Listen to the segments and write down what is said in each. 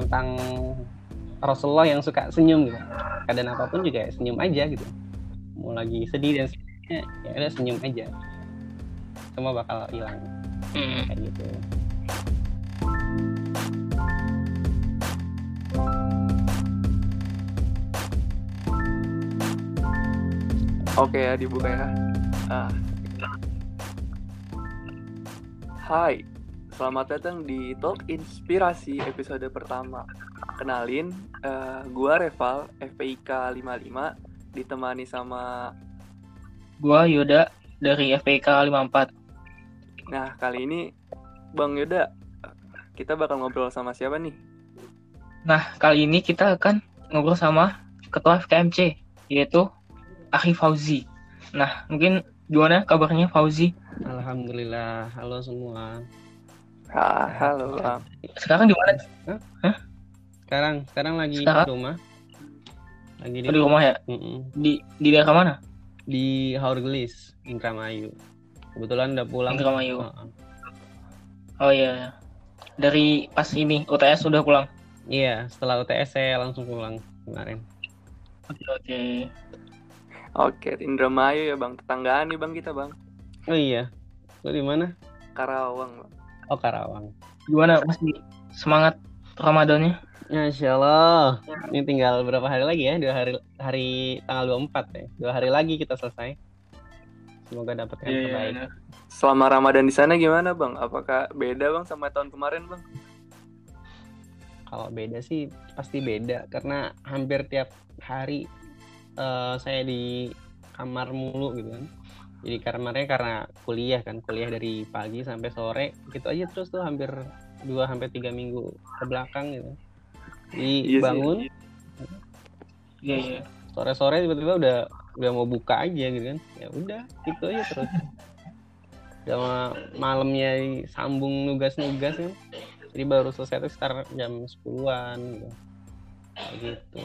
tentang Rasulullah yang suka senyum gitu. Keadaan apapun juga senyum aja gitu. Mau lagi sedih dan sebagainya, ya udah senyum aja. Semua bakal hilang. Kayak gitu. Oke ya, dibuka ya. Hai, selamat datang di Talk Inspirasi episode pertama. Kenalin, gua Reval, FPIK 55, ditemani sama... Gua Yoda dari FPK 54. Nah, kali ini Bang Yoda, kita bakal ngobrol sama siapa nih? Nah, kali ini kita akan ngobrol sama Ketua FKMC, yaitu Akhi Fauzi. Nah, mungkin gimana kabarnya Fauzi? Alhamdulillah, halo semua. Halo Bang. Sekarang di mana? Sekarang lagi di rumah. Lagi di rumah ya? Di daerah mana? Di Haurgelis, Indramayu. Kebetulan udah pulang. Indramayu. Oh iya. Dari pas ini UTS udah pulang? Iya, setelah UTS saya langsung pulang kemarin. Oke, Indramayu ya Bang, tetanggaan nih Bang kita Bang. Oh iya, lu di mana? Karawang Bang. Oh Karawang. Gimana masih semangat Ramadannya? Masya Allah. Ini tinggal berapa hari lagi ya? 2 hari tanggal 24 ya. 2 hari lagi kita selesai. Semoga dapat yang terbaik. Benar. Selama Ramadan di sana gimana Bang? Apakah beda Bang sama tahun kemarin Bang? Kalau beda sih pasti beda karena hampir tiap hari saya di kamar mulu gitu kan. Jadi kamarnya karena kuliah dari pagi sampai sore gitu aja terus tuh hampir 2-3 minggu ke belakang gitu. Jadi bangun sore-sore tiba-tiba udah mau buka aja gitu kan. Ya udah gitu aja terus. Sama malamnya sambung nugas-nugas kan. Jadi baru selesai itu sekitar jam 10-an gitu. Kayak gitu.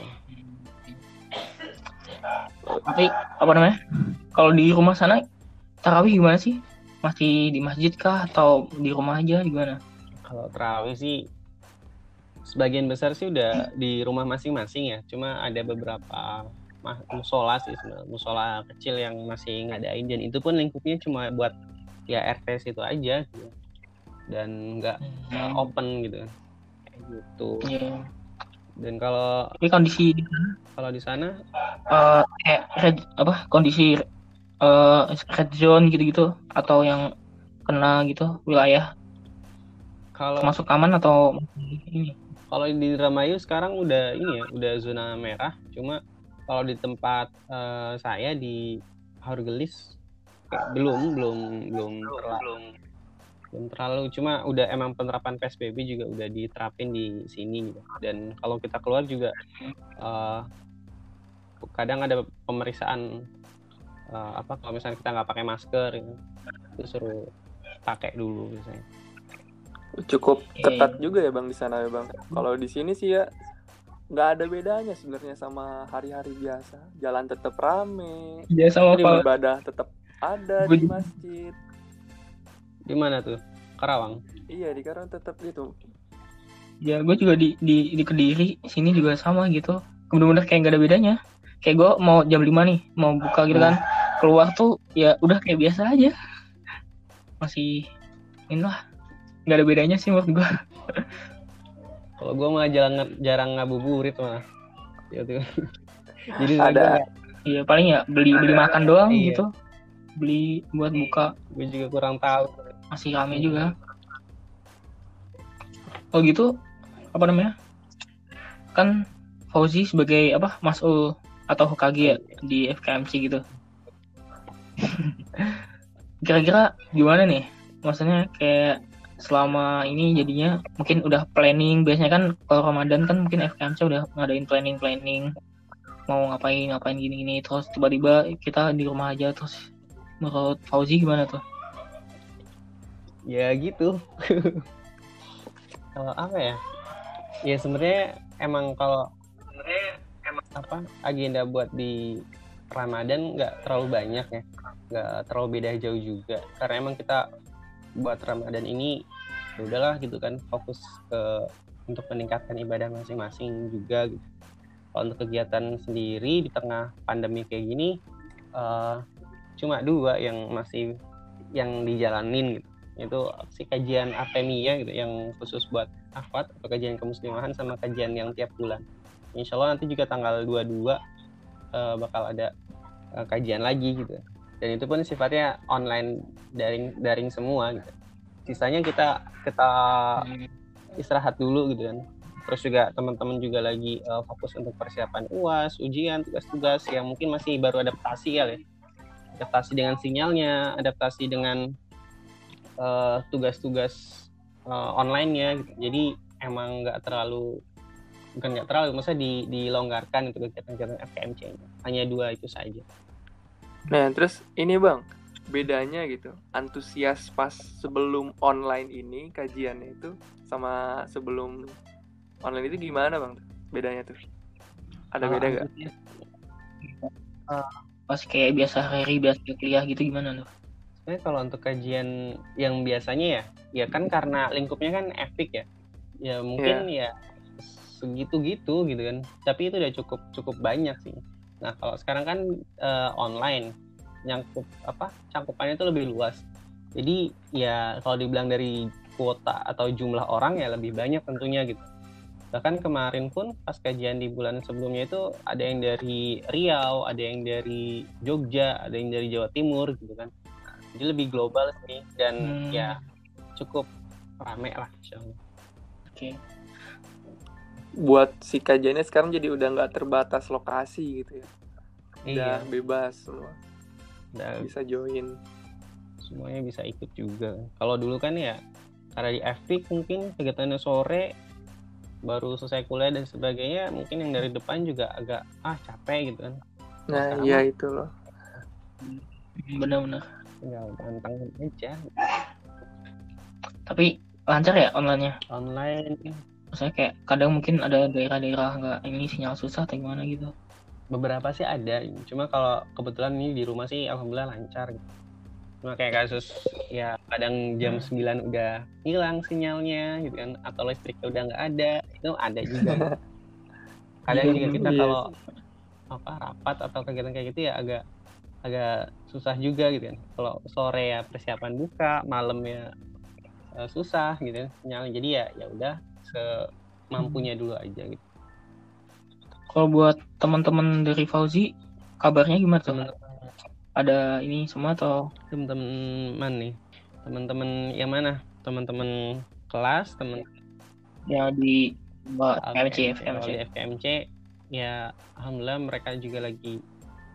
Tapi apa namanya? Kalau di rumah sana tarawih gimana sih? Masih di masjid kah atau di rumah aja gimana? Kalau tarawih sih sebagian besar sih udah di rumah masing-masing ya. Cuma ada beberapa musola sih sebenarnya, musola kecil yang masih ngadain dan itu pun lingkupnya cuma buat ya RT situ aja gitu. Dan nggak open gitu kayak gitu. Dan kalau kondisi di sana kondisi red zone gitu-gitu atau yang kena gitu wilayah kalau masuk aman atau ini? Kalau di Indramayu sekarang udah zona merah. Cuma kalau di tempat saya di Haurgelis belum terlalu, cuma udah emang penerapan PSBB juga udah diterapin di sini gitu. Dan kalau kita keluar juga kadang ada pemeriksaan kalau misalnya kita nggak pakai masker gitu, itu suruh pakai dulu misalnya. Cukup ketat juga ya Bang di sana ya Bang. Kalau di sini sih ya nggak ada bedanya sebenarnya sama hari-hari biasa. Jalan tetap rame. Ya sama ibadah tetap ada di masjid. Di mana tuh? Karawang? Iya, di Karawang tetap gitu. Ya, gue juga di Kediri, sini juga sama gitu. Bener-bener kayak gak ada bedanya. Kayak gue mau jam 5 nih, mau buka gitu kan. Keluar tuh ya udah kayak biasa aja. Masih inilah. Gak ada bedanya sih menurut gue. Kalau gue mah jarang ngabuburit mah. Gitu. Jadi ada. Iya, paling ya beli makan doang gitu. Beli buat buka. Gue juga kurang tahu. Masih rame juga. Oh gitu, apa namanya? Kan Fauzi sebagai mas'ul atau HKG ya di FKMC gitu. Kira-kira gimana nih? Maksudnya kayak selama ini jadinya mungkin udah planning. Biasanya kan kalau Ramadan kan mungkin FKMC udah ngadain planning mau ngapain gini terus tiba-tiba kita di rumah aja. Terus menurut Fauzi gimana tuh? Ya gitu. Kalau apa ya? Ya sebenarnya emang agenda buat di Ramadan nggak terlalu banyak ya, nggak terlalu beda jauh juga. Karena emang kita buat Ramadan ini ya udahlah gitu kan, fokus ke untuk meningkatkan ibadah masing-masing juga gitu. Kalau untuk kegiatan sendiri di tengah pandemi kayak gini cuma 2 yang dijalanin gitu. Itu si kajian Artemia gitu yang khusus buat akhwat atau kajian kemuslimahan sama kajian yang tiap bulan. Insya Allah nanti juga tanggal 22 bakal ada kajian lagi gitu. Dan itu pun sifatnya online daring semua gitu. Sisanya kita istirahat dulu gitu kan. Terus juga teman-teman juga lagi fokus untuk persiapan UAS, ujian, tugas-tugas yang mungkin masih baru adaptasi ya. Adaptasi dengan sinyalnya, adaptasi dengan tugas-tugas online-nya gitu. Jadi emang maksudnya dilonggarkan itu kegiatan-kegiatan FKMC. Hanya 2 itu saja. Nah, terus ini Bang, bedanya gitu, antusias pas sebelum online ini kajiannya itu sama sebelum online itu gimana Bang? Bedanya tuh? Ada beda nggak? Pas kayak biasa hari biasa kuliah gitu gimana tuh? Sebenarnya kalau untuk kajian yang biasanya ya kan karena lingkupnya kan epic ya. Ya mungkin ya segitu-gitu gitu kan. Tapi itu udah cukup banyak sih. Nah, kalau sekarang kan online cangkupannya itu lebih luas. Jadi ya kalau dibilang dari kuota atau jumlah orang ya lebih banyak tentunya gitu. Bahkan kemarin pun pas kajian di bulan sebelumnya itu ada yang dari Riau, ada yang dari Jogja, ada yang dari Jawa Timur gitu kan. Jadi lebih global sih dan ya cukup rame lah insyaallah. Oke. Buat si kajiannya sekarang jadi udah nggak terbatas lokasi gitu ya. Udah bebas semua. Udah bisa join. Semuanya bisa ikut juga. Kalau dulu kan ya karena di FPIK mungkin kegiatannya sore baru selesai kuliah dan sebagainya, mungkin yang dari depan juga agak capek gitu kan. Nah, iya itu loh. Benar-benar. Tinggal pantang aja. Tapi lancar ya online-nya? Online. Maksudnya kayak kadang mungkin ada daerah-daerah nggak ini sinyal susah atau gimana gitu? Beberapa sih ada, cuma kalau kebetulan ini di rumah sih alhamdulillah lancar. Cuma kayak kasus ya kadang jam 9 udah hilang sinyalnya gitu kan, atau listriknya udah nggak ada, itu ada juga. Kadang juga kita kalau rapat atau kegiatan kayak gitu ya agak susah juga gitu kan. Kalau sore ya persiapan buka, malam ya susah gitu kan sinyalnya. Jadi ya udah semampunya dulu aja gitu. Kalau buat teman-teman dari Fauzi, kabarnya gimana tuh? Ada ini semua atau teman-teman nih? Teman-teman yang mana? Teman-teman kelas, teman yang di FKMC. Kalau di FKMC ya alhamdulillah mereka juga lagi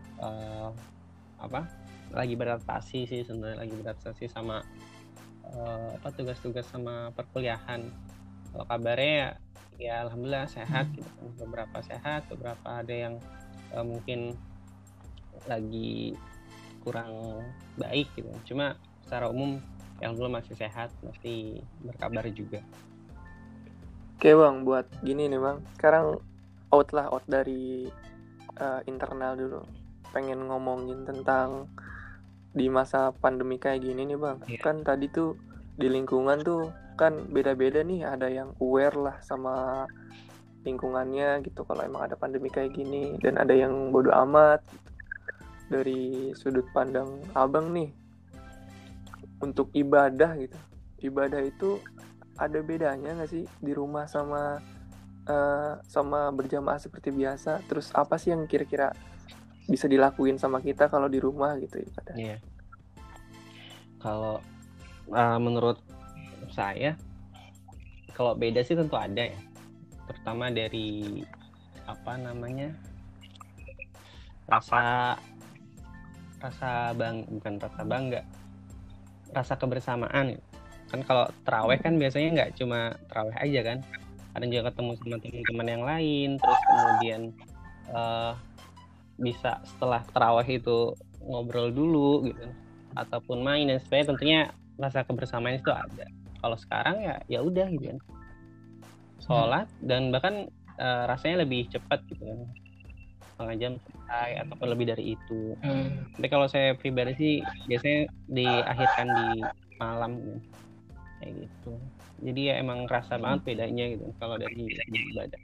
lagi beradaptasi sih sebenarnya, lagi beradaptasi sama tugas-tugas sama perkuliahan. Kalau kabarnya ya alhamdulillah sehat gitu. Beberapa sehat, beberapa ada yang mungkin lagi kurang baik gitu. Cuma secara umum ya alhamdulillah masih sehat, masih berkabar juga. Oke Bang, buat gini nih Bang, sekarang out dari internal dulu. Pengen ngomongin tentang di masa pandemi kayak gini nih Bang. Kan tadi tuh di lingkungan tuh kan beda-beda nih, ada yang aware lah sama lingkungannya gitu kalau emang ada pandemi kayak gini, dan ada yang bodo amat gitu. Dari sudut pandang Abang nih, untuk ibadah gitu, ibadah itu ada bedanya nggak sih di rumah sama berjamaah seperti biasa? Terus apa sih yang kira-kira bisa dilakuin sama kita kalau di rumah gitu ibadah? Iya. Kalau menurut saya kalau beda sih tentu ada ya, terutama dari rasa kebersamaan. Kan kalau taraweh kan biasanya nggak cuma taraweh aja kan, kadang juga ketemu sama teman-teman yang lain, terus kemudian bisa setelah taraweh itu ngobrol dulu gitu ataupun main dan sebagainya. Tentunya rasa kebersamaan itu ada. Kalau sekarang ya udah gitu kan, sholat dan bahkan rasanya lebih cepat gitu kan, setengah jam selesai ataupun lebih dari itu. Tapi kalau saya pribadi sih biasanya diakhirkan di malam gitu. kayak gitu. Jadi ya emang kerasa banget bedanya gitu kalau dari ibadah.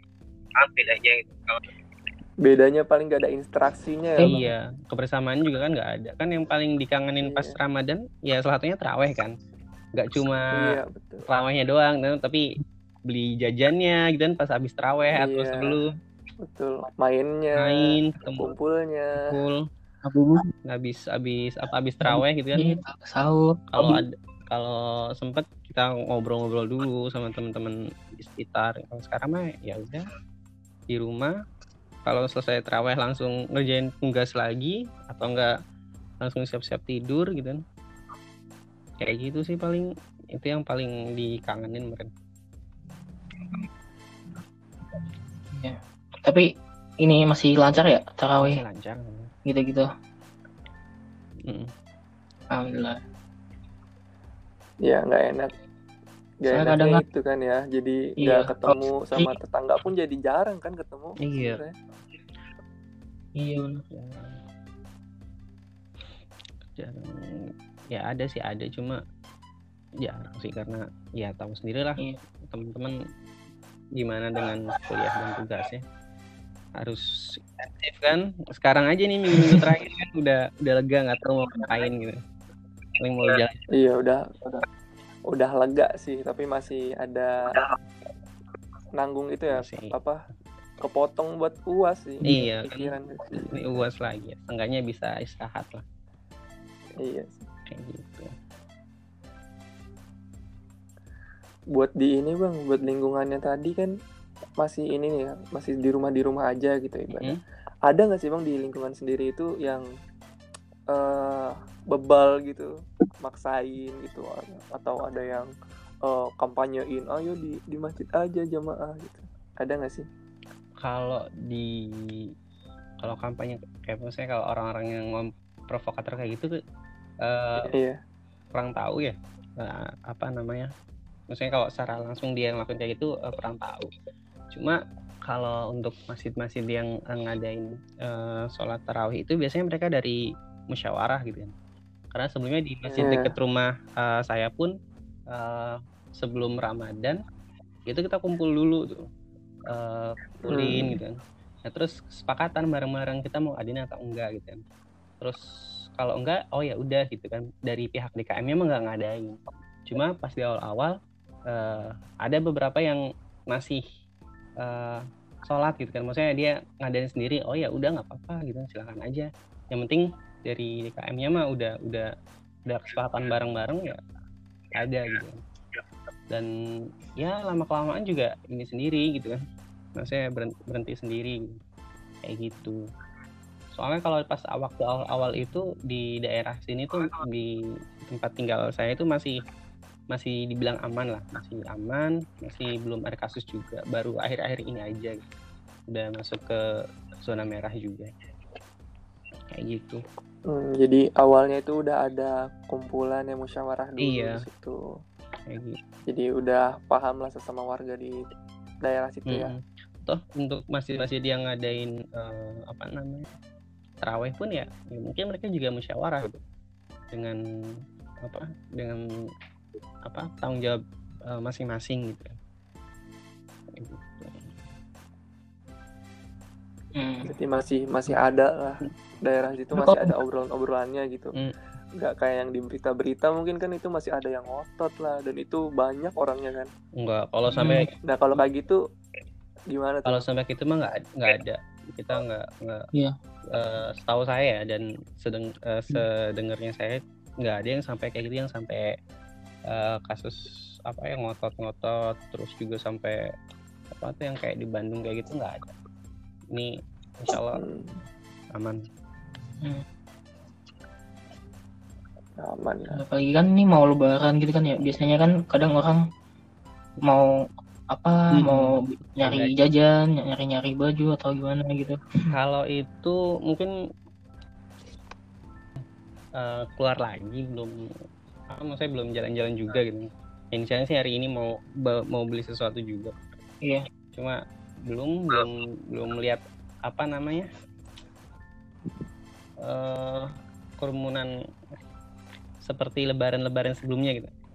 Bedanya paling gak ada interaksinya ya Bang. Iya, kebersamaan juga kan nggak ada. Kan yang paling dikangenin pas Iya. Ramadan ya salah satunya taraweh kan. Nggak cuma Iya betul. tarawehnya doang, tapi beli jajannya gitu kan pas habis taraweh atau Iya sebelum betul. Mainnya, main, ketemu kumpulnya. kumpul, Abu habis taraweh gitu kan. sahur. Kalau sempet kita ngobrol-ngobrol dulu sama teman-teman di sekitar. Kalau sekarang mah ya udah di rumah. Kalau selesai taraweh langsung ngerjain tugas lagi atau enggak langsung siap-siap tidur gitu kan. Kayak gitu sih paling, itu yang paling dikangenin meren. Ya. Tapi ini masih lancar ya tarawih Masih lancar. gitu-gitu. Mm. Alhamdulillah. Ya nggak enak. Gak Saya enaknya kadang- itu kan ya. Jadi Iya. nggak ketemu sama tetangga pun jadi jarang kan ketemu. Iya. sebenarnya. Iya benar. Jarang. Ya ada sih, ada, cuma jarang sih karena ya tahu sendiri lah. Iya. Teman-teman gimana dengan kuliah dan tugasnya, harus aktif kan. Sekarang aja nih minggu terakhir kan udah lega, nggak tahu mau ngapain gitu, paling mau jalan. Iya udah lega sih, tapi masih ada nanggung itu ya, Masih. apa kepotong buat UAS sih. Iya kan, pikiran. ini UAS lagi ya, seenggaknya bisa istirahat lah Iya. kayak gitu. Buat di ini Bang, buat lingkungannya tadi kan masih ini nih ya, masih di rumah aja gitu ibaratnya. Ada nggak sih Bang di lingkungan sendiri itu yang bebal gitu, maksain gitu, atau ada yang kampanyein ayo di masjid aja jamaah gitu, ada nggak sih? Kalau kampanye kayak misalnya kalau orang-orang yang provokator kayak gitu Iya. kurang tahu ya, apa namanya, maksudnya kalau secara langsung dia ngelakuin kayak gitu kurang tahu. Cuma kalau untuk masjid-masjid yang ngadain sholat tarawih itu biasanya mereka dari musyawarah gitu kan. Karena sebelumnya di masjid dekat rumah saya pun sebelum Ramadan itu kita kumpul dulu tuh, kumpulin gitu kan. Nah, terus kesepakatan bareng-bareng kita mau adain atau enggak gitu kan. Terus kalau enggak, oh ya udah gitu kan, dari pihak DKM-nya emang nggak ngadain. Cuma pas di awal-awal ada beberapa yang masih sholat gitu kan, maksudnya dia ngadain sendiri, oh ya udah nggak apa-apa gitu, silakan aja, yang penting dari DKM-nya mah udah kesepakatan bareng-bareng ya ada gitu kan. Dan ya lama kelamaan juga ini sendiri gitu kan, maksudnya berhenti sendiri gitu. Kayak gitu. Soalnya kalau pas waktu awal-awal itu di daerah sini tuh, di tempat tinggal saya itu masih dibilang aman lah, masih aman, masih belum ada kasus juga. Baru akhir-akhir ini aja gitu, udah masuk ke zona merah juga kayak gitu. Jadi awalnya itu udah ada kumpulan yang musyawarah dulu. Iya. Di situ. Kayak gitu. Jadi udah paham lah sesama warga di daerah situ ya. Toh untuk masjid-masjid yang ngadain apa namanya, tarawih pun ya mungkin mereka juga musyawarah gitu, dengan tanggung jawab masing-masing gitu. Jadi masih ada lah daerah situ, masih ada obrolan-obrolannya gitu. Nggak kayak yang di berita-berita mungkin kan, itu masih ada yang ngotot lah, dan itu banyak orangnya kan. Enggak, kalau sampai kalau kayak gitu gimana tuh? Kalau sampai gitu mah nggak ada, kita nggak setahu saya dan sedengarnya saya nggak ada yang sampai kayak gitu, yang sampai kasus apa yang ngotot terus juga sampai apa tuh yang kayak di Bandung kayak gitu, nggak ada. Ini insya Allah aman. Aman ya. Apalagi kan ini mau lebaran gitu kan ya, biasanya kan kadang orang mau mau nyari jajan, nyari baju atau gimana gitu. Kalau itu mungkin keluar lagi, maksudnya belum jalan-jalan juga gitu. Inisialnya sih hari ini mau beli sesuatu juga. Iya. Cuma belum melihat apa namanya, kerumunan seperti lebaran sebelumnya gitu.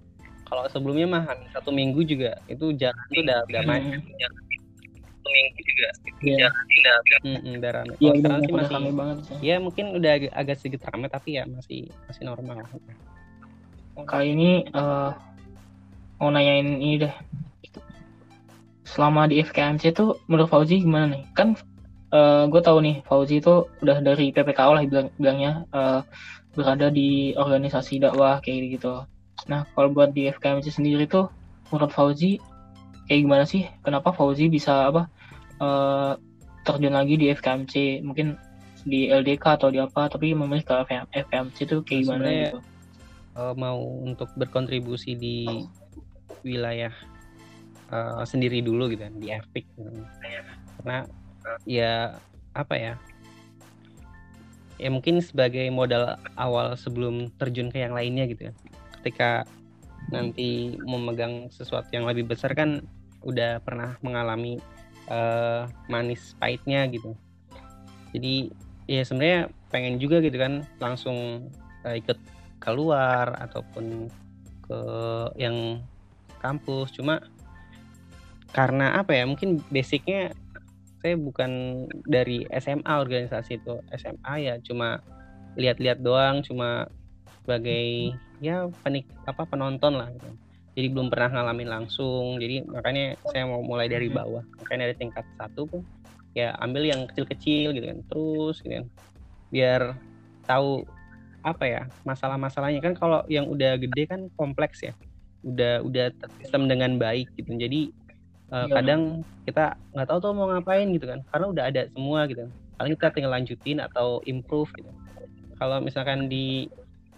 Kalau sebelumnya mah hampir 1 minggu juga itu jalan itu udah macet. 1 minggu juga itu Iya. jalan udah rame. Iya, Kalau sekarang sih udah masih rame banget sih. ya mungkin udah agak sedikit rame tapi ya masih normal lah. Kali ini mau nanyain ini deh. Selama di FKMC tuh menurut Fauzi gimana nih? Kan gue tahu nih Fauzi itu udah dari PPKO lah bilangnya berada di organisasi dakwah kayak gitu. Nah, kalau buat di FKMC sendiri tuh menurut Fauzi kayak gimana sih? Kenapa Fauzi bisa terjun lagi di FKMC? Mungkin di LDK atau di apa, tapi memilih ke FKMC tuh kayak gimana Sebenarnya, gitu? Mau untuk berkontribusi di wilayah sendiri dulu gitu kan, di Epic gitu. Karena ya apa ya mungkin sebagai modal awal sebelum terjun ke yang lainnya gitu ya. Ketika nanti memegang sesuatu yang lebih besar kan udah pernah mengalami manis pahitnya gitu. Jadi ya sebenarnya pengen juga gitu kan langsung ikut keluar ataupun ke yang kampus, cuma karena apa ya mungkin basicnya saya bukan dari SMA organisasi itu. SMA ya cuma lihat-lihat doang, cuma sebagai ya penonton lah gitu. Jadi belum pernah ngalamin langsung, jadi makanya saya mau mulai dari bawah. Makanya dari tingkat 1 pun ya ambil yang kecil-kecil gitu kan, terus gitu kan, biar tahu apa ya masalah-masalahnya. Kan kalau yang udah gede kan kompleks ya, udah tersistem dengan baik gitu. Jadi kadang kita nggak tahu tuh mau ngapain gitu kan, karena udah ada semua gitu. Paling kita tinggal lanjutin atau improve gitu. Kalau misalkan di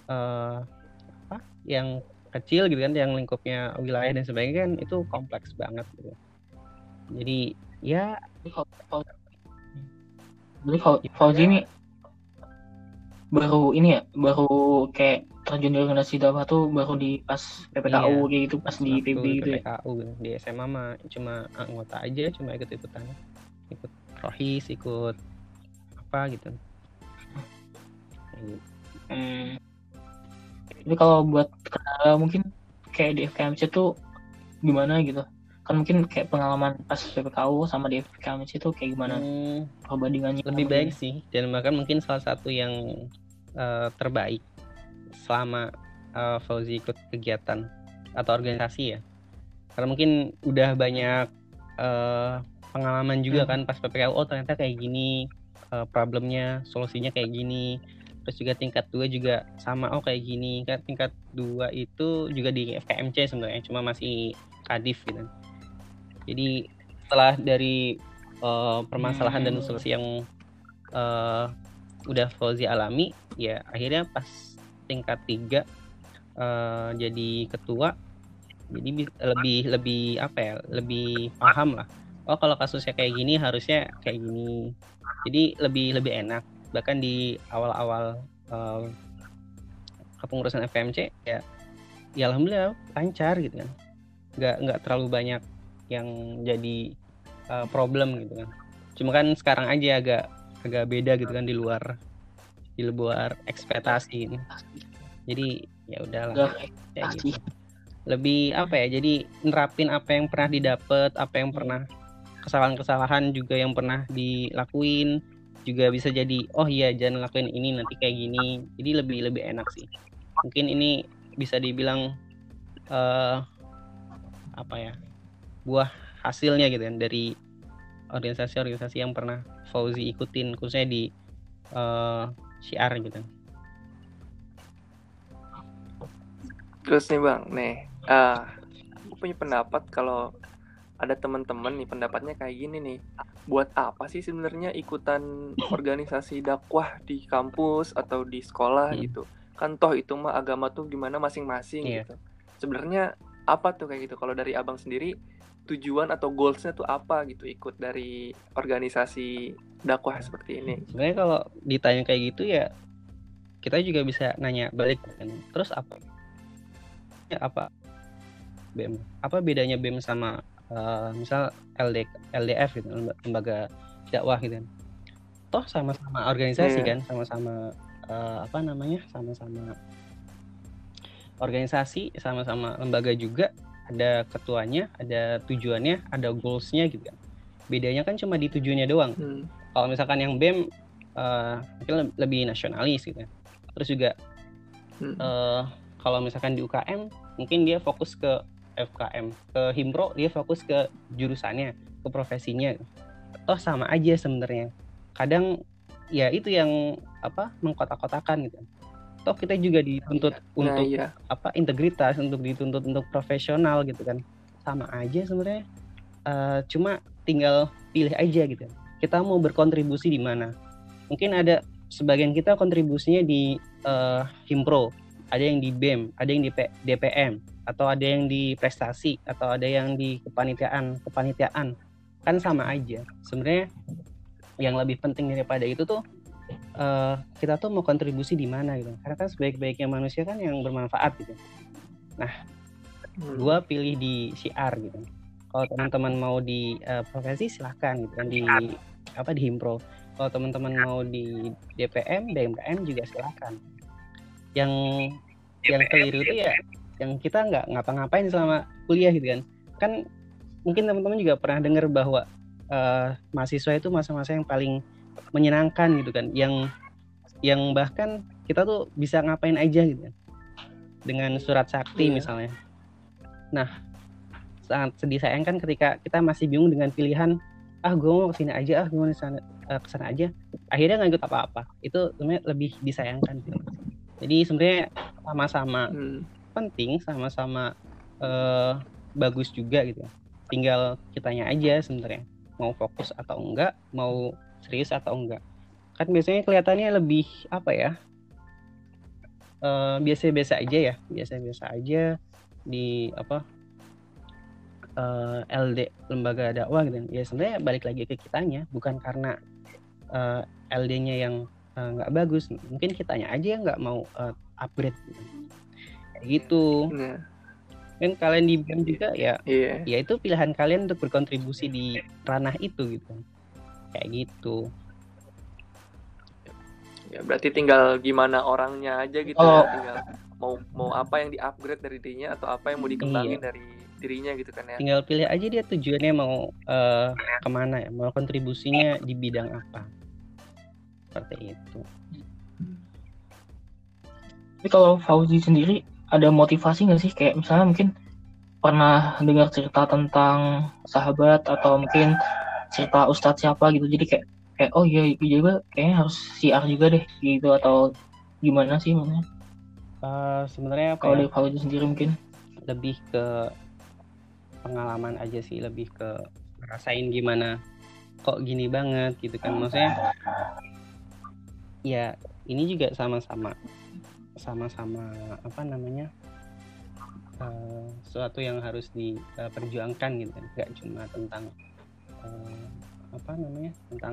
yang kecil gitu kan, yang lingkupnya wilayah dan sebagainya kan itu kompleks banget gitu. Jadi ya Fauzi ini baru kayak terjun di organisasi dakwah tuh baru di pas PPKU kayak gitu, pas di PB gitu ya. PPKU gitu. Di SMA mah cuma anggota aja, cuma ikut-ikutan, ikut rohis, ikut apa gitu. Jadi kalau buat mungkin kayak di FKMC tuh gimana gitu? Kan mungkin kayak pengalaman pas PPKU sama di FKMC tuh kayak gimana perbandingannya? Lebih baik sih, dan bahkan mungkin salah satu yang terbaik selama Fauzi ikut kegiatan atau organisasi ya. Karena mungkin udah banyak pengalaman juga kan pas PPKU, oh ternyata kayak gini problemnya, solusinya kayak gini. Terus juga tingkat 2 juga sama, oh kayak gini. Kan tingkat 2 itu juga di FKMC sebenarnya, cuma masih kadif gitu. Jadi setelah dari permasalahan dan solusi yang udah Fauzi alami, ya akhirnya pas tingkat 3 jadi ketua, jadi lebih apa ya, lebih paham lah. Oh kalau kasusnya kayak gini harusnya kayak gini. Jadi lebih enak. Bahkan di awal-awal kepengurusan FKMC ya alhamdulillah lancar gitu kan. Nggak terlalu banyak yang jadi problem gitu kan. Cuma kan sekarang aja agak beda gitu kan, di luar ekspektasi ini. Jadi ya udahlah kayak gitu. Lebih apa ya, jadi nerapin apa yang pernah didapat, apa yang pernah kesalahan-kesalahan juga yang pernah dilakuin, juga bisa jadi oh iya jangan lakuin ini nanti kayak gini. Jadi lebih enak sih. Mungkin ini bisa dibilang apa ya, buah hasilnya gitu kan dari organisasi-organisasi yang pernah Fauzi ikutin, khususnya di syiar gitu. Terus nih Bang, aku punya pendapat kalau ada teman-teman nih pendapatnya kayak gini nih. Buat apa sih sebenarnya ikutan organisasi dakwah di kampus atau di sekolah gitu? Kan toh itu mah agama tuh gimana masing-masing gitu. Sebenarnya apa tuh kayak gitu? Kalau dari Abang sendiri tujuan atau goalsnya tuh apa gitu ikut dari organisasi dakwah seperti ini? Sebenarnya kalau ditanya kayak gitu ya kita juga bisa nanya balik kan. Terus apa BEM? Apa bedanya BEM sama misal LDF gitu, lembaga dakwah gitu kan? Toh sama-sama organisasi kan, sama-sama sama-sama organisasi, sama-sama lembaga juga, ada ketuanya, ada tujuannya, ada goals-nya gitu kan. Bedanya kan cuma di tujuannya doang. Kalau misalkan yang BEM mungkin lebih nasionalis gitu. Terus juga kalau misalkan di UKM mungkin dia fokus ke FKM, ke Himpro dia fokus ke jurusannya, ke profesinya. Toh sama aja sebenarnya. Kadang ya itu yang mengkotak-kotakan gitu. Toh kita juga dituntut untuk integritas, untuk dituntut untuk profesional gitu kan. Sama aja sebenarnya. Cuma tinggal pilih aja gitu. Kita mau berkontribusi di mana. Mungkin ada sebagian kita kontribusinya di Himpro, ada yang di BEM, ada yang di DPM, atau ada yang di prestasi, atau ada yang di kepanitiaan. Kan sama aja. Sebenarnya yang lebih penting daripada itu tuh kita tuh mau kontribusi di mana gitu. Karena kan sebaik-baiknya manusia kan yang bermanfaat gitu. Nah, gue pilih di CR gitu. Kalau teman-teman mau di profesi silahkan gitu kan di Himpro. Kalau teman-teman mau di DPM, BMKM juga silahkan. Yang keliru itu ya yang kita nggak ngapa-ngapain selama kuliah gitu kan. Kan mungkin teman-teman juga pernah dengar bahwa mahasiswa itu masa-masa yang paling menyenangkan gitu kan, yang bahkan kita tuh bisa ngapain aja gitu kan, dengan surat sakti misalnya. Nah, sangat sedih sayangkan ketika kita masih bingung dengan pilihan gue mau kesini aja, gue mau kesana aja, akhirnya nggak ikut apa-apa. Itu sebenarnya lebih disayangkan gitu. Jadi sebenarnya sama-sama penting, sama-sama bagus juga gitu. Tinggal kitanya aja sebenarnya mau fokus atau enggak, mau serius atau enggak. Kan biasanya kelihatannya lebih biasa-biasa aja di LD lembaga dakwah gitu. Ya sebenarnya balik lagi ke kitanya, bukan karena LD-nya yang nggak bagus, mungkin kitanya aja yang nggak mau upgrade gitu. Kayak gitu. Kan kalian di BEM juga ya itu pilihan kalian untuk berkontribusi di ranah itu gitu. Kayak gitu. Ya berarti tinggal gimana orangnya aja gitu ya, tinggal mau apa yang di-upgrade dari dirinya atau apa yang mau dikembangin dari dirinya gitu kan ya. Tinggal pilih aja dia tujuannya mau kemana ya, mau kontribusinya di bidang apa. Seperti itu. Tapi kalau Fauzi sendiri ada motivasi nggak sih, kayak misalnya mungkin pernah dengar cerita tentang sahabat atau mungkin cerita ustadz siapa gitu, jadi kayak oh iya juga kayaknya harus CR juga deh gitu, atau gimana sih maksudnya? Sebenarnya kalau dari Fauzi sendiri mungkin lebih ke pengalaman aja sih, lebih ke ngerasain gimana kok gini banget gitu kan. Maksudnya ya ini juga sama-sama sesuatu yang harus diperjuangkan gitu kan. Gak cuma tentang tentang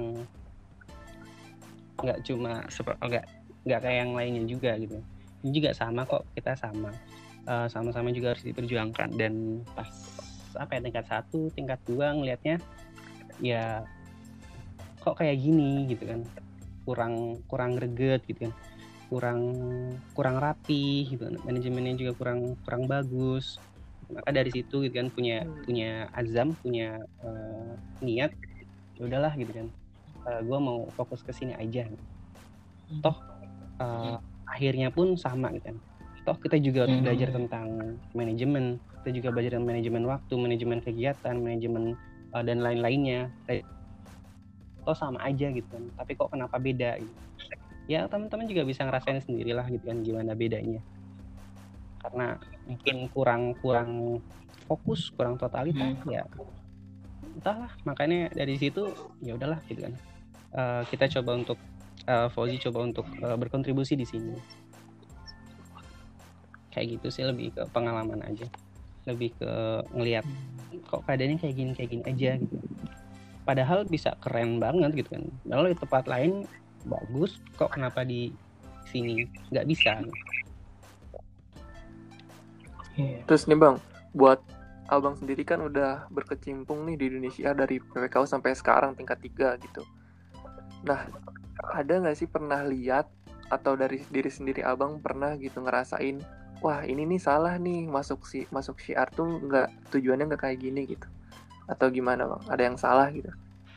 nggak cuma nggak kayak yang lainnya juga gitu. Ini juga sama kok, kita sama-sama juga harus diperjuangkan. Dan pas tingkat 1, tingkat 2 ngelihatnya ya kok kayak gini gitu kan, kurang greget gitu kan, kurang rapi gitu, manajemennya juga kurang bagus. Maka dari situ gitu kan, punya azam, punya niat, ya udahlah gitu kan, gue mau fokus ke sini aja. Toh akhirnya pun sama gitu kan. Toh kita juga harus belajar tentang manajemen, kita juga belajar tentang manajemen waktu, manajemen kegiatan, manajemen dan lain-lainnya. Toh sama aja gitu kan, tapi kok kenapa beda gitu. Ya teman-teman juga bisa ngerasain sendirilah gitu kan gimana bedanya. Karena mungkin kurang fokus, kurang totalitas ya entahlah. Makanya dari situ ya udahlah gitu kan, kita coba untuk Fauzi coba untuk berkontribusi di sini. Kayak gitu sih, lebih ke pengalaman aja, lebih ke ngelihat kok keadaannya kayak gini aja gitu. Padahal bisa keren banget gitu kan, lalu di tempat lain bagus, kok kenapa di sini nggak bisa. Terus nih Bang, buat Abang sendiri kan udah berkecimpung nih di Indonesia dari PPKU sampai sekarang tingkat 3 gitu. Nah, ada nggak sih pernah lihat atau dari diri sendiri Abang pernah gitu ngerasain wah ini nih salah nih, masuk syiar tuh nggak, tujuannya nggak kayak gini gitu, atau gimana bang, ada yang salah gitu?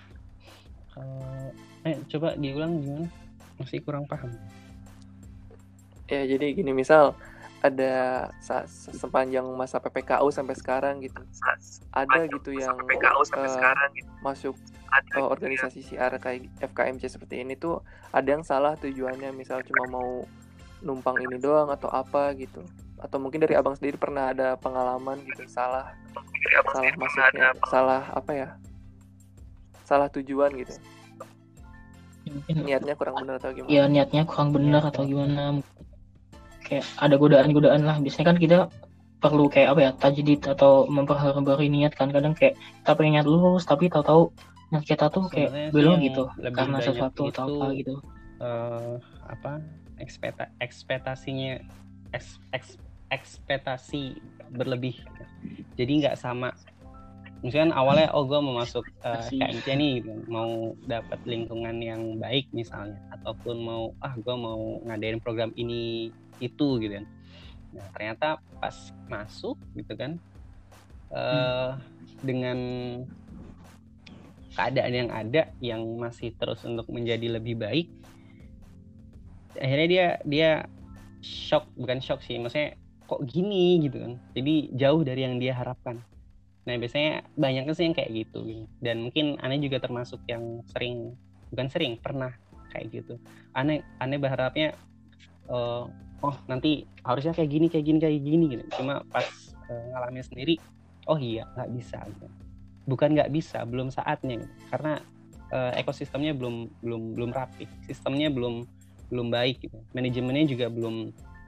Coba diulang gimana, masih kurang paham. Ya jadi gini, misal ada sepanjang masa PPKU sampai sekarang gitu, ada gitu yang masuk organisasi syiar kayak FKMC seperti ini tuh ada yang salah tujuannya, misal cuma mau numpang ini doang atau apa gitu, atau mungkin dari abang sendiri pernah ada pengalaman gitu salah masuknya, salah tujuan gitu, Ya, mungkin niatnya kurang benar atau gimana? ya niatnya kurang benar atau gimana, kayak ada godaan-godaan lah. Biasanya kan kita perlu kayak apa ya, tajdid atau memperbarui niat kan. Kadang kayak kita pengen niat lulus tapi tahu-tahu niat kita tuh kayak Sebenarnya sih belum yang gitu lebih karena banyak sesuatu atau itu, apa gitu. Ekspektasi berlebih, jadi nggak sama. Misalkan awalnya gue mau masuk KMC nih gitu, mau dapat lingkungan yang baik misalnya, ataupun gue mau ngadain program ini itu gitu kan. Nah ternyata pas masuk gitu kan, dengan keadaan yang ada yang masih terus untuk menjadi lebih baik, akhirnya dia bukan shock sih, maksudnya kok gini gitu kan, jadi jauh dari yang dia harapkan. Nah biasanya banyaknya sih yang kayak gitu. Dan mungkin aneh juga termasuk yang pernah kayak gitu. Aneh berharapnya nanti harusnya kayak gini gitu. Cuma pas ngalamin sendiri, oh iya nggak bisa gitu. Bukan nggak bisa, belum saatnya gitu. Karena ekosistemnya belum rapi, sistemnya belum baik gitu. Manajemennya juga belum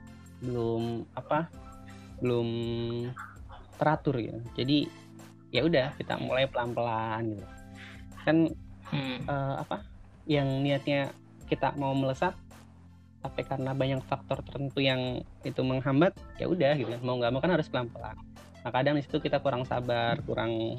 teratur gitu. Jadi ya udah kita mulai pelan-pelan gitu. Kan yang niatnya kita mau melesat, tapi karena banyak faktor tertentu yang itu menghambat, ya udah gitu. Mau nggak mau kan harus pelan-pelan. Nah kadang di situ kita kurang sabar, kurang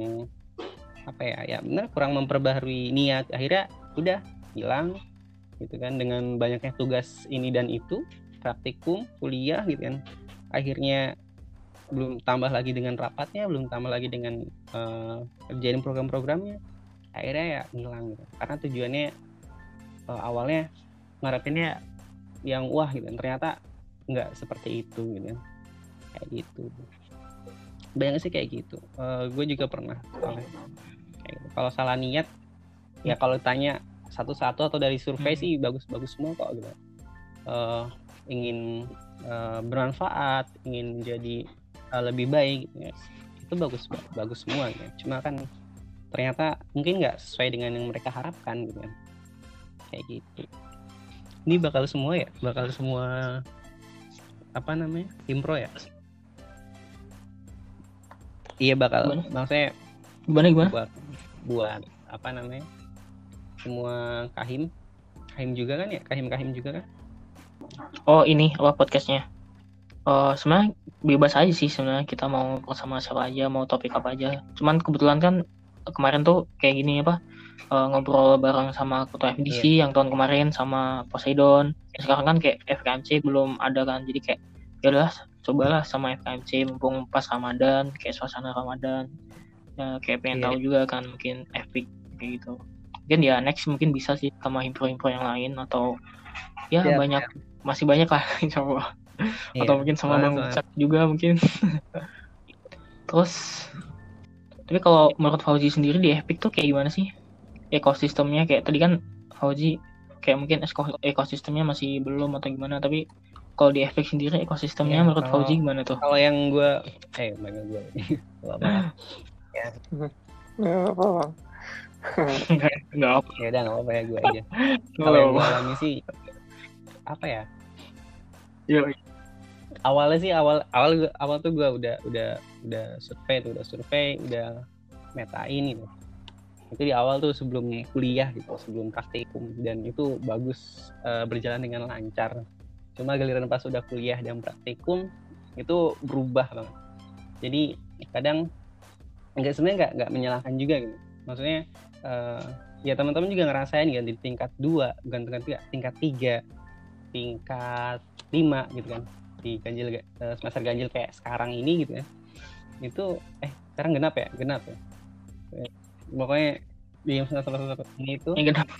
benar, kurang memperbaharui niat, akhirnya udah hilang gitu kan, dengan banyaknya tugas ini dan itu, praktikum, kuliah gitu kan. Akhirnya belum tambah lagi dengan rapatnya, belum tambah lagi dengan kerjain program-programnya, akhirnya ya ngilang gitu. Karena tujuannya awalnya ngarepinnya yang wah gitu, ternyata nggak seperti itu gitu, kayak gitu. Banyak sih kayak gitu. Gue juga pernah kayak gitu. Kalau salah niat ya kalau tanya satu-satu atau dari survei sih bagus-bagus semua kok gitu. Ingin bermanfaat, ingin menjadi lebih baik gitu ya. Itu bagus semua ya. Cuma kan ternyata mungkin nggak sesuai dengan yang mereka harapkan gitu kan. Kayak gitu. Ini bakal semua impro ya? Iya bakal. Maksudnya gimana? Buat semua kahim juga kan ya? Kahim juga kan? Oh ini apa podcastnya? Sebenarnya bebas aja sih sebenarnya, kita mau sama siapa aja, mau topik apa aja. Cuman kebetulan kan kemarin tuh kayak gini ngobrol bareng sama ketua FDC yang tahun kemarin sama Poseidon. Sekarang kan kayak FKMC belum ada kan, jadi kayak ya udah cobalah sama FKMC mumpung pas Ramadan, kayak suasana Ramadan. Ya, kayak pengen tahu juga kan, mungkin epic kayak gitu. Mungkin ya next mungkin bisa sih sama impro-impro yang lain, atau ya masih banyak lah coba. Atau mungkin sama Bang Cak juga mungkin. Terus tapi kalau menurut Fauzi sendiri di Epic tuh kayak gimana sih ekosistemnya? Kayak tadi kan Fauzi kayak mungkin ekosistemnya masih belum atau gimana, tapi kalau di Epic sendiri ekosistemnya menurut Fauzi gimana tuh? Kalau yang gue ya nggak apa ya udah nggak apa ya gue aja. Kalau yang gue alami sih apa ya, awal tuh gue udah survei, udah metain gitu. Itu di awal tuh sebelum kuliah gitu, sebelum praktikum, dan itu bagus, berjalan dengan lancar. Cuma giliran pas udah kuliah dan praktikum itu berubah banget. Jadi kadang nggak menyalahkan juga gitu. Maksudnya ya teman-teman juga ngerasain kan di tingkat 2, bukan tingkat 3, tingkat 3, tingkat 5 gitu kan. masih semester ganjil kayak sekarang ini gitu ya, itu sekarang genap ya pokoknya di semester ini itu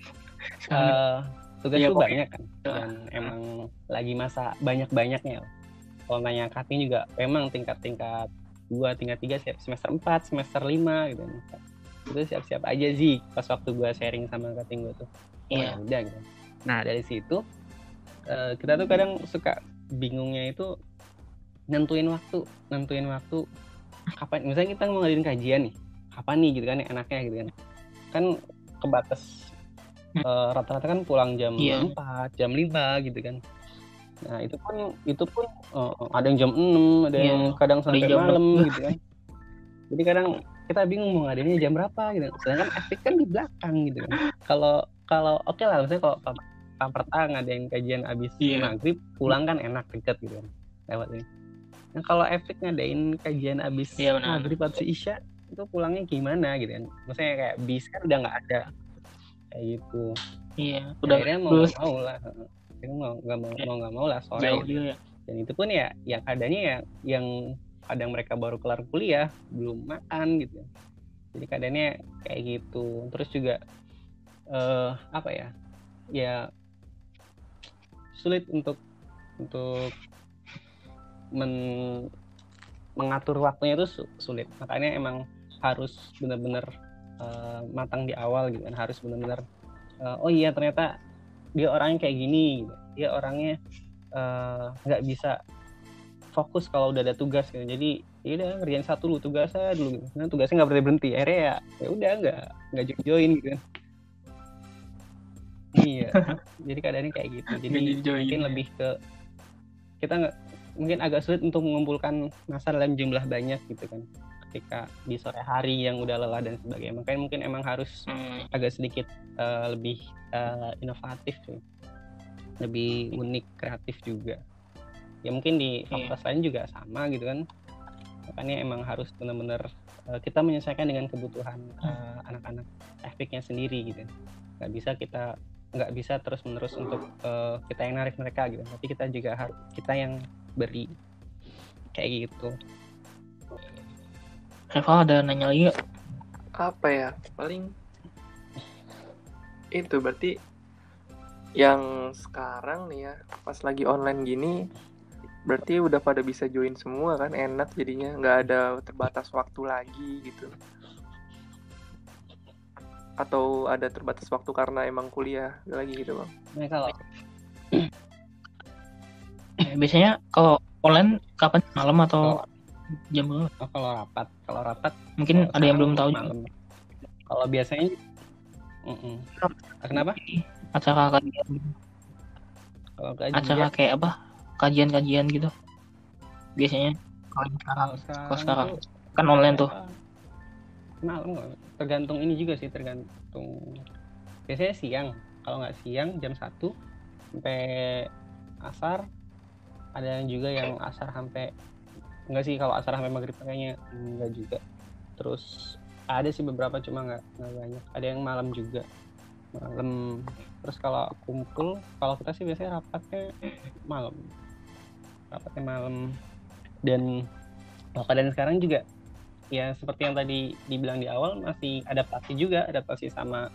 tugas Iya, tuh pokoknya. banyak kan, dan emang lagi masa banyak-banyaknya. Kalau nanya cutting juga memang tingkat 2, tingkat 3, semester 4, semester 5 gitu. Itu siap-siap aja sih pas waktu gue sharing sama cutting gue tuh. Iya. Ya udah gitu. Nah dari situ kita tuh kadang suka bingungnya itu nentuin waktu kapan. Misalnya kita mau ngadain kajian nih, kapan nih gitu kan enaknya gitu kan kebatas rata-rata kan pulang jam 4, jam 5 gitu kan. Nah itu pun ada yang jam 6, ada yang kadang sampai malam gitu kan. Jadi kadang kita bingung mau ngadainnya jam berapa gitu. Sedangkan efek kan di belakang gitu kan. Kalau oke lah, misalnya kalau petang ngadain kajian abis maghrib, pulang kan enak deket gitu kan lewat ini. Nah kalau efek ngadain kajian abis maghrib atau isya, itu pulangnya gimana gitu kan. Maksudnya kayak bis kan udah nggak ada kayak gitu. Iya, udah akhirnya mau nggak mau lah sore gitu. Dan itu pun ya yang adanya yang kadang mereka baru kelar kuliah belum makan gitu, jadi keadaannya kayak gitu. Terus juga ya sulit untuk mengatur waktunya itu sulit. Makanya emang harus benar-benar matang di awal gitu kan, harus benar-benar oh iya ternyata dia orangnya kayak gini gitu. Dia orangnya nggak bisa fokus kalau udah ada tugas gitu. Jadi ya udah ngerjain satu dulu tugasnya dulu gitu. Nah, tugasnya nggak berhenti. Akhirnya ya udah nggak join gitu kan. Iya. Jadi keadaannya kayak gitu. Jadi mungkin lebih ke kita mungkin agak sulit untuk mengumpulkan massa dalam jumlah banyak gitu kan. Ketika di sore hari yang udah lelah dan sebagainya. Makanya mungkin emang harus agak sedikit lebih inovatif sih. Lebih unik, kreatif juga. Ya mungkin di fakultas lain juga sama gitu kan. Makanya emang harus benar-benar kita menyesuaikan dengan kebutuhan anak-anak efeknya sendiri gitu. Nggak bisa terus-menerus untuk kita yang narik mereka gitu. Tapi kita juga harus kita yang beri kayak gitu. Reva ada nanya lagi gak? Apa ya? Paling itu berarti yang sekarang nih ya, pas lagi online gini, berarti udah pada bisa join semua kan, enak jadinya, nggak ada terbatas waktu lagi gitu. Atau ada terbatas waktu karena emang kuliah lagi gitu bang? Nah kalau biasanya kalau online kapan, malam atau jam berapa? Kalau rapat mungkin ada yang belum tahu malam. Kalau biasanya kenapa? Acara kajian. Acara kayak apa? Kajian gitu. Biasanya kalau sekarang kan online tuh. Malam, tergantung ini juga sih, tergantung. Biasanya siang. Kalau nggak siang jam 1 sampai asar. Ada yang juga yang asar sampai enggak sih, kalau asar sampai maghrib kayaknya enggak juga. Terus ada sih beberapa cuma nggak banyak. Ada yang malam juga. Malam. Terus kalau kumpul, kalau kita sih biasanya rapatnya malam. Dan keadaan sekarang juga ya seperti yang tadi dibilang di awal, masih adaptasi sama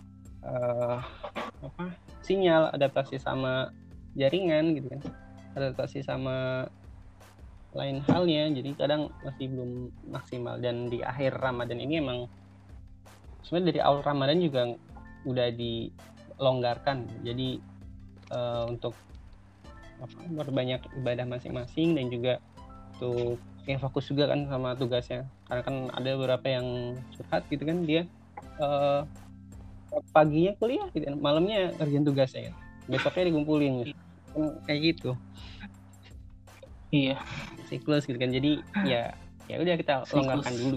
sinyal, adaptasi sama jaringan gitu kan, adaptasi sama lain halnya. Jadi kadang masih belum maksimal. Dan di akhir Ramadan ini emang sebenarnya dari awal Ramadan juga udah dilonggarkan. Jadi untuk berbanyak ibadah masing-masing, dan juga untuk yang fokus juga kan sama tugasnya. Karena kan ada beberapa yang curhat gitu kan, dia paginya kuliah gitu kan, malamnya kerjaan tugasnya kan. Besoknya dikumpulin gitu. Kayak gitu. Iya. Siklus gitu kan. Jadi ya udah kita longgarkan dulu.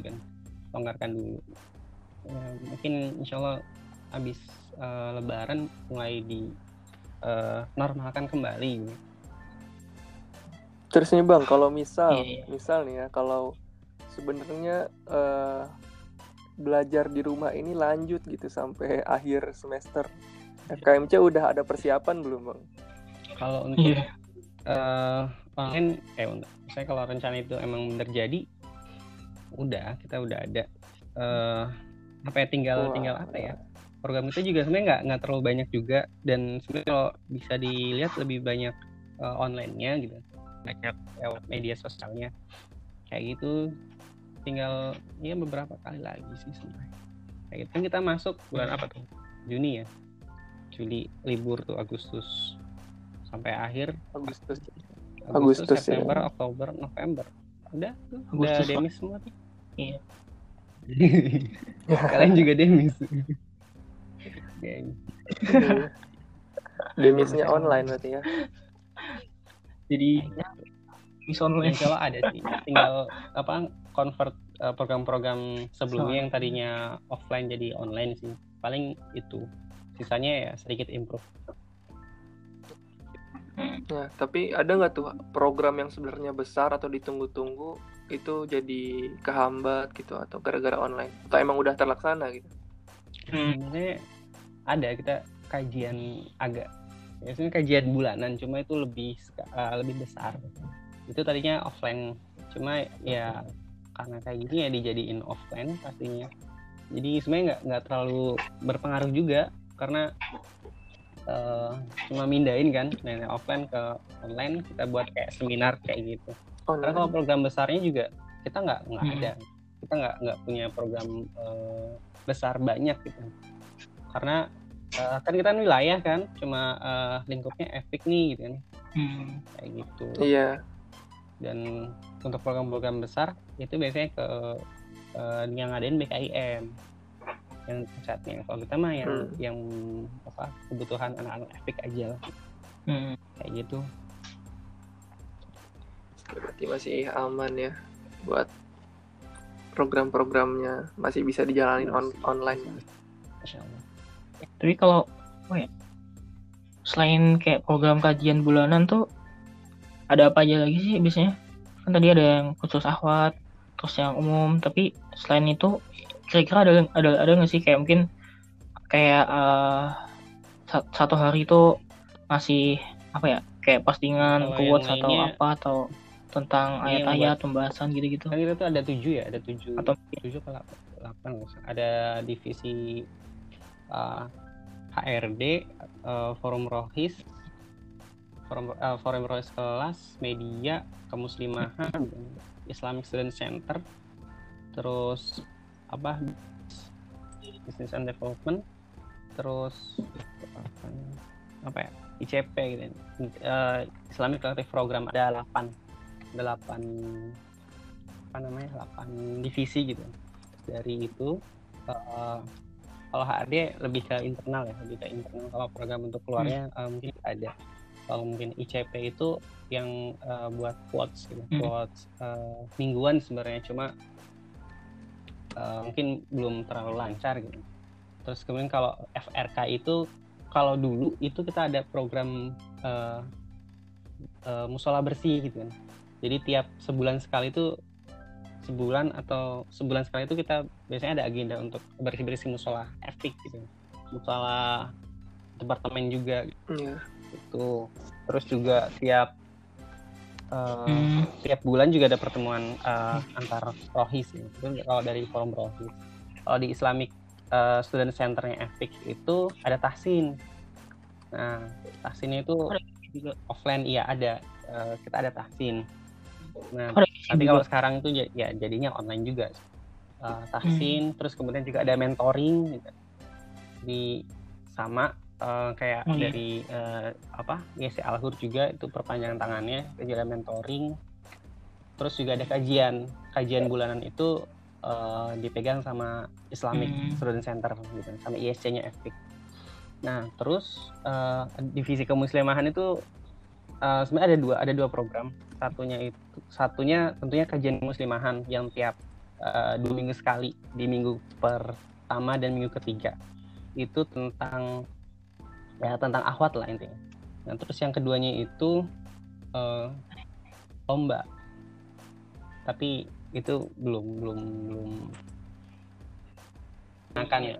Ya, mungkin insyaallah habis Lebaran mulai di normalkan kembali gitu. Terus nih bang, kalau misal nih ya, kalau sebenarnya belajar di rumah ini lanjut gitu sampai akhir semester, FKMC udah ada persiapan belum bang? Kalau untuk eh online misalnya kalau rencana itu emang terjadi, kita udah ada tinggal apa ya, program itu juga sebenarnya nggak terlalu banyak juga, dan sebenarnya kalau bisa dilihat lebih banyak online-nya gitu, banyak lewat media sosialnya kayak gitu. Tinggal ya beberapa kali lagi sih sebenarnya kayak gitu. Kan kita masuk bulan apa tuh, Juni ya, Juli libur tuh, Agustus sampai akhir Agustus September ya. Oktober November udah demis semua tuh. Iya. Kalian juga demis. Demisnya online berarti ya. Jadi demis online. Kalau ada sih, tinggal convert program-program sebelumnya yang tadinya offline jadi online sih. Paling itu. Sisanya ya sedikit improve. Nah, tapi ada nggak tuh program yang sebenarnya besar atau ditunggu-tunggu itu jadi kehambat gitu, atau gara-gara online, atau emang udah terlaksana gitu? Sebenarnya ada, kita kajian biasanya kajian bulanan, cuma itu lebih besar. Itu tadinya offline, cuma ya karena kayak gini ya dijadiin offline pastinya. Jadi sebenarnya nggak terlalu berpengaruh juga, karena cuma mindahin kan dari offline ke online, kita buat kayak seminar kayak gitu. Karena kalau program besarnya juga kita nggak ada, kita nggak punya program besar banyak gitu, karena kan kita wilayah kan cuma lingkupnya Epic nih gitu kan, kayak gitu. Iya. Dan untuk program-program besar itu biasanya ke yang ngadain BKIM yang pusatnya. Kalau kita mah yang kebutuhan anak-anak Epic aja lah. Kayak gitu. Berarti masih aman ya buat program-programnya, masih bisa dijalanin online. Masya Allah. Tapi kalau selain kayak program kajian bulanan tuh ada apa aja lagi sih biasanya? Kan tadi ada yang khusus akhwat, terus yang umum. Tapi selain itu kira-kira ada nggak sih kayak mungkin kayak satu hari itu masih kayak postingan quotes atau apa, atau tentang ayat-ayat, pembahasan gitu-gitu? Kan kita tuh ada 7 ya, ada 7 atau 7 ke 8. Ada divisi HRD, Forum Rohis, Forum Rohis kelas, media, kemuslimahan, Islamic Student Center, terus Business and Development, terus ICP gitu, Islamic Collective Program. Ada 8 divisi gitu. Dari itu kalau HRD lebih ke internal ya, kalau program untuk keluarnya mungkin ada. Kalau mungkin ICP itu yang buat quotes gitu, quotes mingguan sebenarnya, cuma mungkin belum terlalu lancar gitu. Terus kemudian kalau FRK itu, kalau dulu itu kita ada program musola bersih gitu kan. Jadi tiap sebulan sekali itu kita biasanya ada agenda untuk bersih-bersih musola Epic gitu. Musola departemen juga gitu. Itu. Terus juga tiap bulan juga ada pertemuan antar Rohis ya. Itu kalau dari Forum Rohis. Kalau di Islamic Student Center-nya Epic itu ada tahsin. Nah, tahsinnya itu juga offline, iya ada. Kita ada tahsin. Nah, tapi kalau sekarang itu ya jadinya online juga. Tahsin, terus kemudian juga ada mentoring gitu. Kayak dari YC Al-Hur juga, itu perpanjangan tangannya, juga ada mentoring. Terus juga ada kajian bulanan itu dipegang sama Islamic Student Center gitu, sama ISC-nya Epic. Nah, terus divisi kemuslimahan itu sebenarnya ada dua program. Satunya tentunya kajian muslimahan yang tiap 2 minggu sekali, di minggu pertama dan minggu ketiga. Itu tentang akhwat lah intinya. Nah, terus yang keduanya itu lomba. Tapi itu belum akan ya.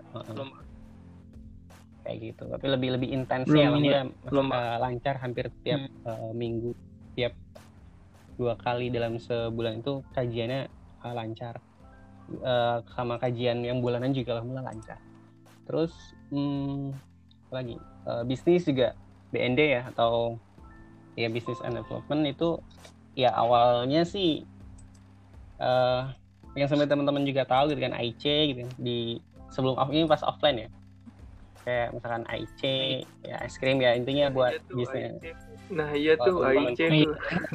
Kayak gitu. Tapi lebih intensnya, lancar hampir tiap minggu. tiap 2 kali dalam sebulan itu kajiannya lancar. Sama kajian yang bulanan juga alhamdulillah lancar. Terus apa lagi, bisnis juga BND ya, atau ya business and development itu ya awalnya sih yang sampai teman-teman juga tahu gitu kan, AIC gitu kan, di sebelum ini pas offline ya, kayak misalkan AIC ya, es krim ya, intinya buat bisnis. Nah iya tuh AIC tuh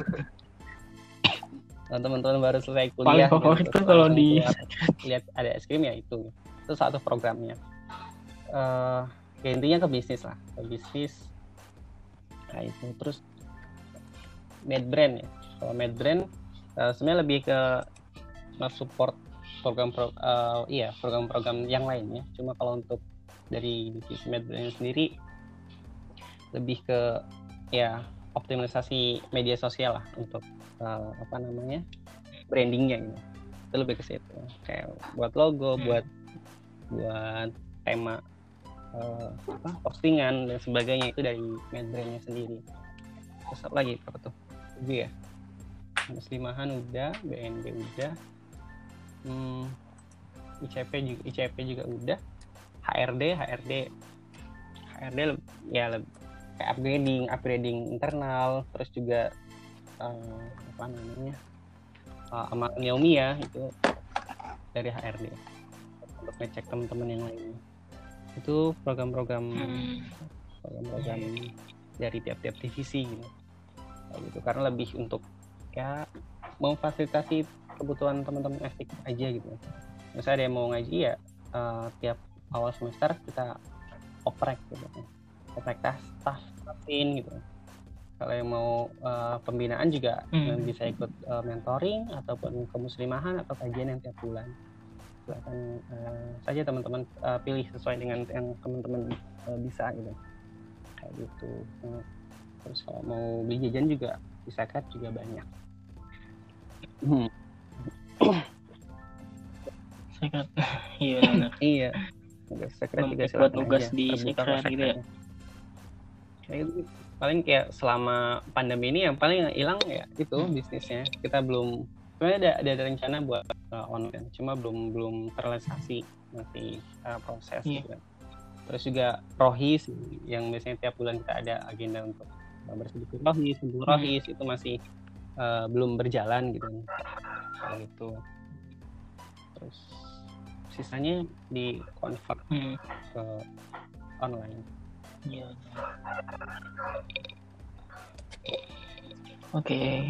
teman-teman baru selesai kuliah paling favorit tuh kalau di lihat ada es krim ya, itu satu programnya. Ya intinya ke bisnis lah, ke bisnis. Nah itu terus Medbrand ya. Kalau Medbrand sebenarnya lebih ke support program-program yang lainnya. Cuma kalau untuk dari divisi Medbrand sendiri lebih ke ya optimalisasi media sosial lah untuk brandingnya gitu. Itu lebih ke situ. Kayak buat logo, buat tema postingan dan sebagainya, itu dari Medbrandnya sendiri. Terus apa lagi apa tuh? Itu ya. Muslimahan udah, BND udah, ICP juga udah, HRD ya kayak upgrading internal, terus juga Amal Naomi ya, itu dari HRD untuk ngecek teman-teman yang lainnya. Itu program-program dari tiap-tiap divisi gitu. Karena lebih untuk ya memfasilitasi kebutuhan teman-teman aktif aja gitu. Misalnya ada yang mau ngaji ya tiap awal semester kita oprek gitu, oprek staffin gitu. Kalau yang mau pembinaan juga bisa ikut mentoring ataupun kemuslimahan atau kajian yang tiap bulan. Silakan saja teman-teman pilih sesuai dengan yang teman-teman bisa gitu, kayak gitu. Terus kalau mau beli jajan juga di Sekret juga banyak. Sekret, iya benar. Iya, Sekret juga buat tugas di Sekret gitu ya. Kayak gitu. Paling kayak selama pandemi ini yang paling hilang ya itu bisnisnya. Kita belum, sebenarnya ada rencana buat online, cuma belum terrealisasi, masih proses gitu. Terus juga Rohis yang biasanya tiap bulan kita ada agenda untuk bersedekah Rohis, kumpul Rohis, itu masih belum berjalan gitu. Kayak gitu. Terus sisanya di convert ke online. Iya. Oke.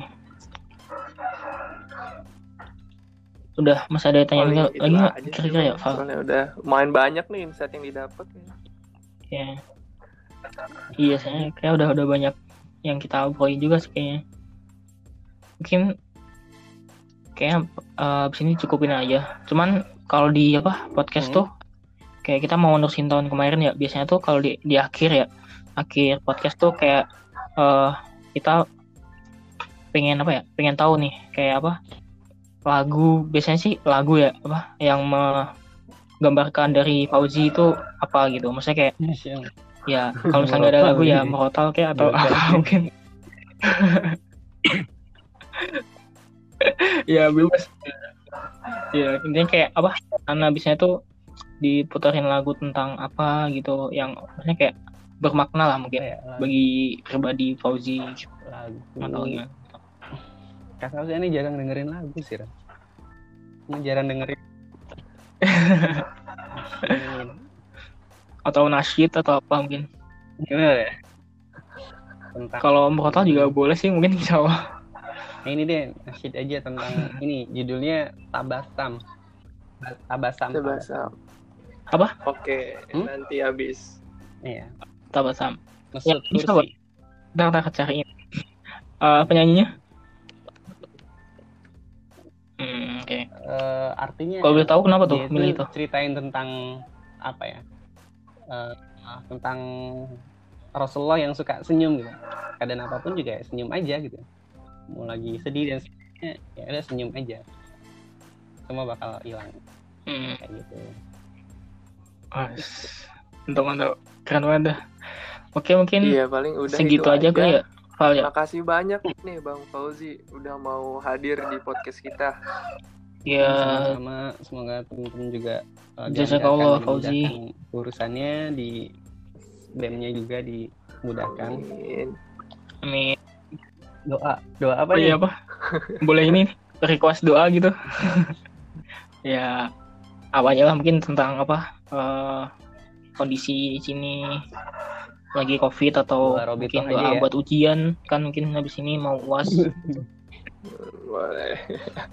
Udah, masih ada tanya lagi nggak kira-kira ya, Val? Soalnya udah lumayan banyak nih insight yang didapat ya. Iya, saya kayak udah banyak yang kita obrolin juga sih kayaknya. Mungkin kayak abis ini cukupin aja. Cuman kalau di podcast tuh kayak kita mau nerusin tahun kemarin ya. Biasanya tuh kalau di akhir podcast tuh kayak kita pengen tahu nih kayak lagu, biasanya sih lagu ya yang menggambarkan dari Fauzi itu apa gitu. Maksudnya kayak ya kalau misalnya nggak ada lagu ya Murotal kayak atau mungkin ya bebas ya, intinya kayak karena biasanya tuh diputarin lagu tentang apa gitu yang maksudnya kayak bermakna lah mungkin bagi pribadi Fauzi lagu. Atau gimana? Kak Fauzi ini jarang dengerin lagu sih, jarang dengerin. Atau nasyid atau apa mungkin. Gimana ya? Kalau Murotal juga boleh sih mungkin, insyaallah. Nah, ini deh nasyid aja tentang ini, judulnya Tabasam. Apa? Oke, nanti habis. Iya. Tabasam. Ya, bisa buat. Ntar cariin. Penyanyinya? Oke. Artinya kalau boleh tahu kenapa tuh milih itu? Ceritain tentang apa ya? Tentang Rasulullah yang suka senyum gitu. Keadaan apapun juga senyum aja gitu. Mau lagi sedih dan sebagainya, ya udah senyum aja. Semua bakal hilang. Kayak gitu. Mantap. Keren banget dah. Oke, mungkin iya, paling udah segitu aja gue ya. Val ya. Makasih banyak nih Bang Fauzi udah mau hadir di podcast kita. Ya, Sama-sama, semoga teman-teman juga Jazakallah, dimudahkan Fauzi. urusannya, di BEM-nya juga dimudahkan. Amin. Doa apa Boleh nih? apa? Boleh ini request doa gitu. Ya, awalnya lah mungkin tentang apa kondisi di sini lagi COVID atau Doa Robito mungkin aja doa ya. buat ujian kan mungkin habis ini mau UAS. Boleh.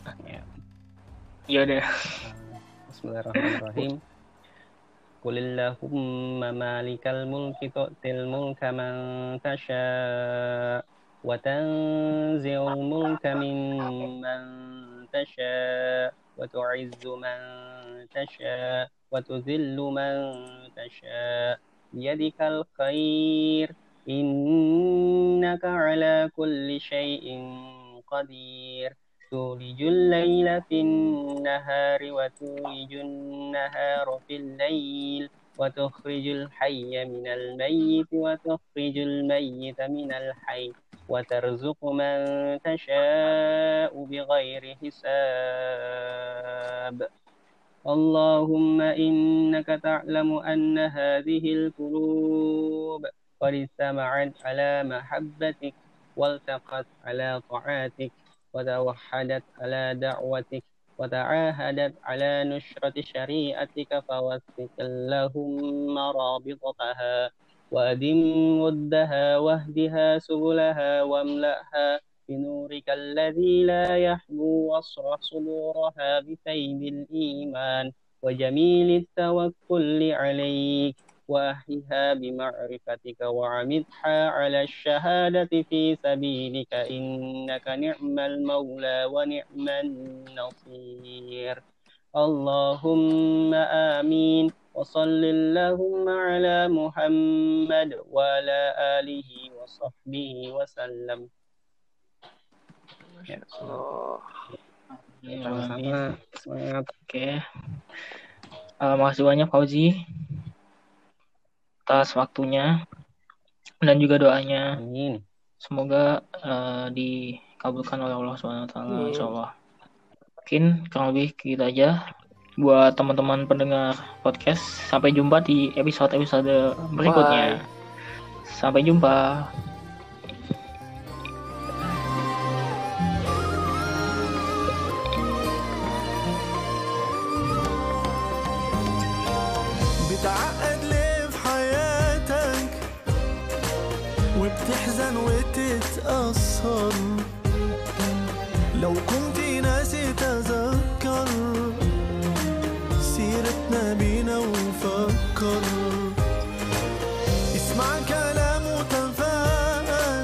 Ya udah. Bismillahirrahmanirrahim. Qulillahumma malikal mulki tu'til mulka man tasha' wa tanzi'ul mulka mimman tasha' wa tu'izzu man tasha' wa tudhillu man tasha' biyadikal khair innaka ala kulli syai'in qadir tulijul layla fin nahari wa tulijun nahara fil layl wa tukhrijul hayya minal mayyiti wa tukhrijul mayyita minal hayy wa tarzuqu man tasha'u bighairi hisab. Allahumma innaka ta'lamu anna hadhil qulub qad istama'at ala mahabbatik waltaqat ala ta'atik وتوحدت على دعوتك وتعاهدت على نشرة شريعتك فوثق اللهم رابطتها وأدم ودها واهدها سبلها واملأها بنورك الذي لا يحبو واشرح صدورها بثيب الإيمان وجميل التوكل عليك وأحيها بمعرفتك وعمدها على الشهادة في سبيلك إنك نعم المولى ونعم النصير. اللهم آمين وصل اللهم على محمد وعلى آله وصحبه وسلم. Oh, Sama-sama, semangat. Oke. Makasih banyak Fauzi atas waktunya dan juga doanya. Amin. Semoga dikabulkan oleh Allah SWT, insyaallah. Mungkin kurang lebih gitu aja buat teman-teman pendengar podcast. Sampai jumpa di episode-episode berikutnya. Bye. Sampai jumpa. بتعقد ليه في حياتك وبتحزن وتتأثر لو كنت ناسي تذكر سيرتنا بينا وفكر اسمع كلام وتفاءل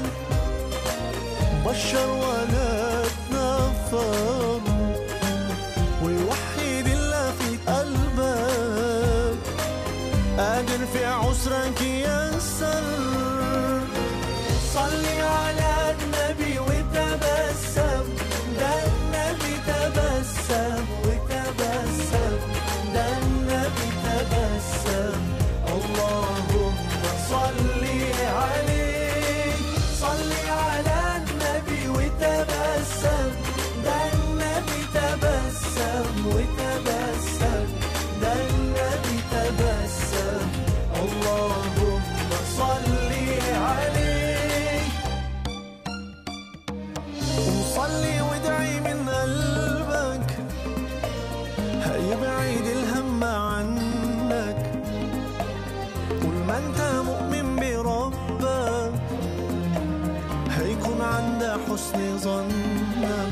بشر ولا تنفر ويوحد الله في قلبك قادر في عسرك يسر صلي على النبي وتبسم ده النبي تبسم وتبسم ده النبي تبسم اللهم صلي عليه صلي على النبي وتبسم ده النبي تبسم وتبسم ده النبي تبسم اللهم صلي عليه وصلي وادعي من قلبك هيبعد الهم عنك طول ما انت مؤمن بربك هيكون عند حسن ظنك